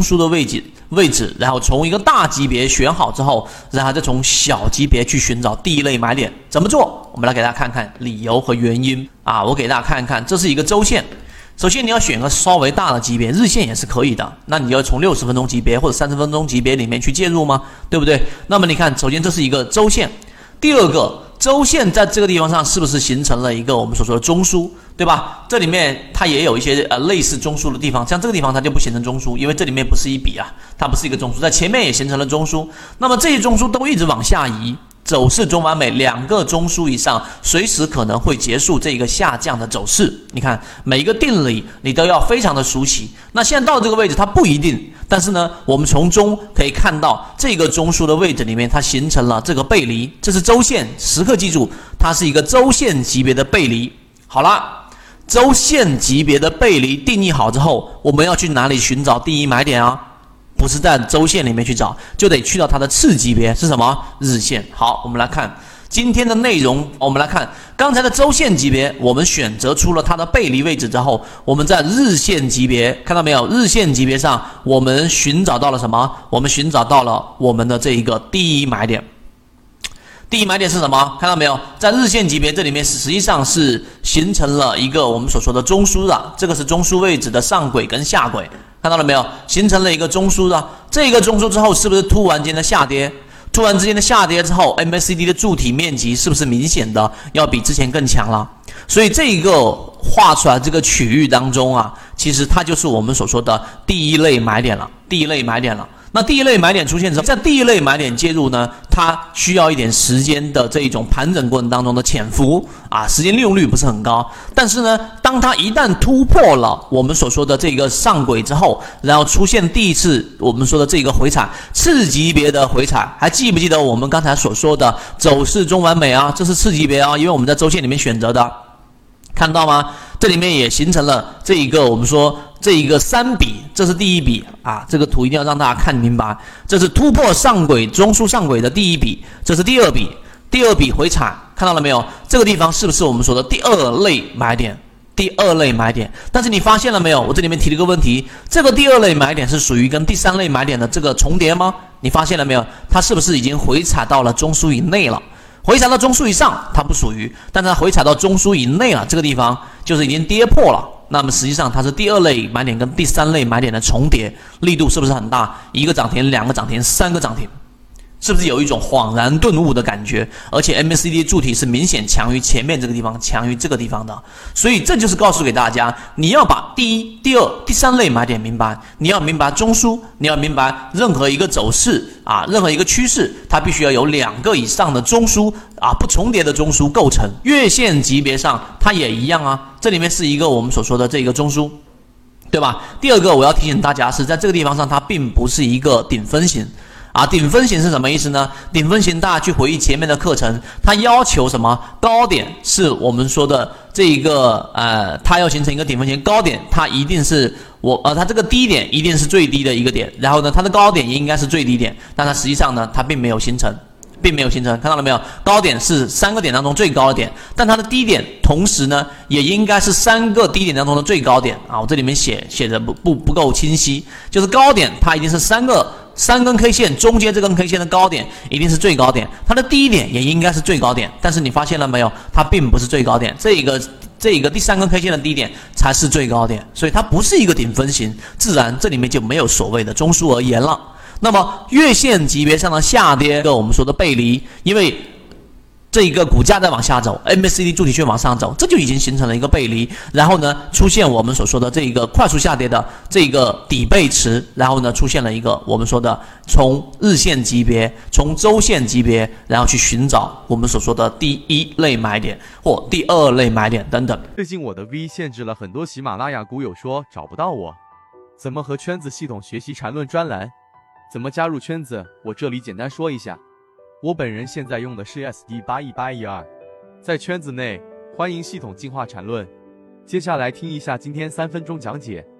枢的位置，然后从一个大级别选好之后，然后再从小级别去寻找第一类买点。怎么做？我们来给大家看看理由和原因啊！我给大家看一看，这是一个周线。首先你要选个稍微大的级别，日线也是可以的。那你要从60分钟级别或者30分钟级别里面去介入吗？对不对？那么你看，首先这是一个周线，第二个周线在这个地方上是不是形成了一个我们所说的中枢，对吧？这里面它也有一些类似中枢的地方，像这个地方它就不形成中枢，因为这里面不是一笔啊，它不是一个中枢，在前面也形成了中枢。那么这些中枢都一直往下移。走势中完美，2个中枢以上，随时可能会结束这个下降的走势。你看每一个定理你都要非常的熟悉。那现在到这个位置它不一定，但是呢，我们从中可以看到这个中枢的位置里面它形成了这个背离，这是周线，时刻记住它是一个周线级别的背离。好了，周线级别的背离定义好之后，我们要去哪里寻找第一买点啊？不是在周线里面去找，就得去到它的次级别是什么？日线。好，我们来看今天的内容。我们来看刚才的周线级别，我们选择出了它的背离位置之后，我们在日线级别看到没有？日线级别上我们寻找到了什么？我们寻找到了我们的这一个第一买点。第一买点是什么？看到没有？在日线级别这里面，实际上是形成了一个我们所说的中枢的，这个是中枢位置的上轨跟下轨。看到了没有？形成了一个中枢的，这个中枢之后是不是突然间的下跌？突然之间的下跌之后 ，MACD 的柱体面积是不是明显的要比之前更强了？所以这个画出来这个区域当中啊，其实它就是我们所说的第一类买点了，第一类买点了。那第一类买点出现之后，在第一类买点介入呢，它需要一点时间的这一种盘整过程当中的潜伏啊，时间利用率不是很高。但是呢，当它一旦突破了我们所说的这个上轨之后，然后出现第一次我们说的这个回踩，次级别的回踩，还记不记得我们刚才所说的走势中完美啊？这是次级别啊，因为我们在周线里面选择的，看到吗？这里面也形成了这一个我们说这一个3笔，这是第一笔啊，这个图一定要让大家看明白，这是突破上轨中枢上轨的第一笔，这是第二笔，第二笔回踩，看到了没有？这个地方是不是我们说的第二类买点？第二类买点，但是你发现了没有？我这里面提了一个问题，这个第二类买点是属于跟第3类买点的这个重叠吗？你发现了没有？它是不是已经回踩到了中枢以内了？回踩到中枢以上它不属于，但是它回踩到中枢以内了，这个地方就是已经跌破了。那么实际上它是第二类买点跟第3类买点的重叠，力度是不是很大？一个涨停，2个涨停，3个涨停，是不是有一种恍然顿悟的感觉？而且 MACD 柱体是明显强于前面这个地方，强于这个地方的。所以这就是告诉给大家，你要把第一、第二、第3类买点明白，你要明白中枢，你要明白任何一个走势啊，任何一个趋势，它必须要有2个以上的中枢啊，不重叠的中枢构成。月线级别上它也一样啊，这里面是一个我们所说的这个中枢，对吧？第二个我要提醒大家是在这个地方上，它并不是一个顶分型。啊，顶分型是什么意思呢？顶分型大家去回忆前面的课程，它要求什么？高点是我们说的这一个它要形成一个顶分型，高点它一定是它这个低点一定是最低的一个点，然后呢，它的高点也应该是最低点，但它实际上呢，它并没有形成，看到了没有？高点是3个点当中最高的点，但它的低点同时呢，也应该是3个低点当中的最高点啊。我这里面写的不够清晰，就是高点它一定是3根 K 线中间这根 K 线的高点一定是最高点，它的低点也应该是最高点，但是你发现了没有？它并不是最高点，这个第3根 K 线的低点才是最高点，所以它不是一个顶分型，自然这里面就没有所谓的中枢而言了。那么月线级别上的下跌，我们说的背离，因为这一个股价在往下走 ，MACD 柱体却往上走，这就已经形成了一个背离。然后呢，出现我们所说的这一个快速下跌的这个底背驰，然后呢，出现了一个我们说的从日线级别、从周线级别，然后去寻找我们所说的第1类买点或第2类买点等等。 最近我的 V 限制了很多喜马拉雅股友说找不到我，怎么和圈子系统学习缠论专栏？怎么加入圈子？我这里简单说一下。我本人现在用的是 SD81812，在圈子内欢迎系统进化缠论。接下来听一下今天3分钟讲解。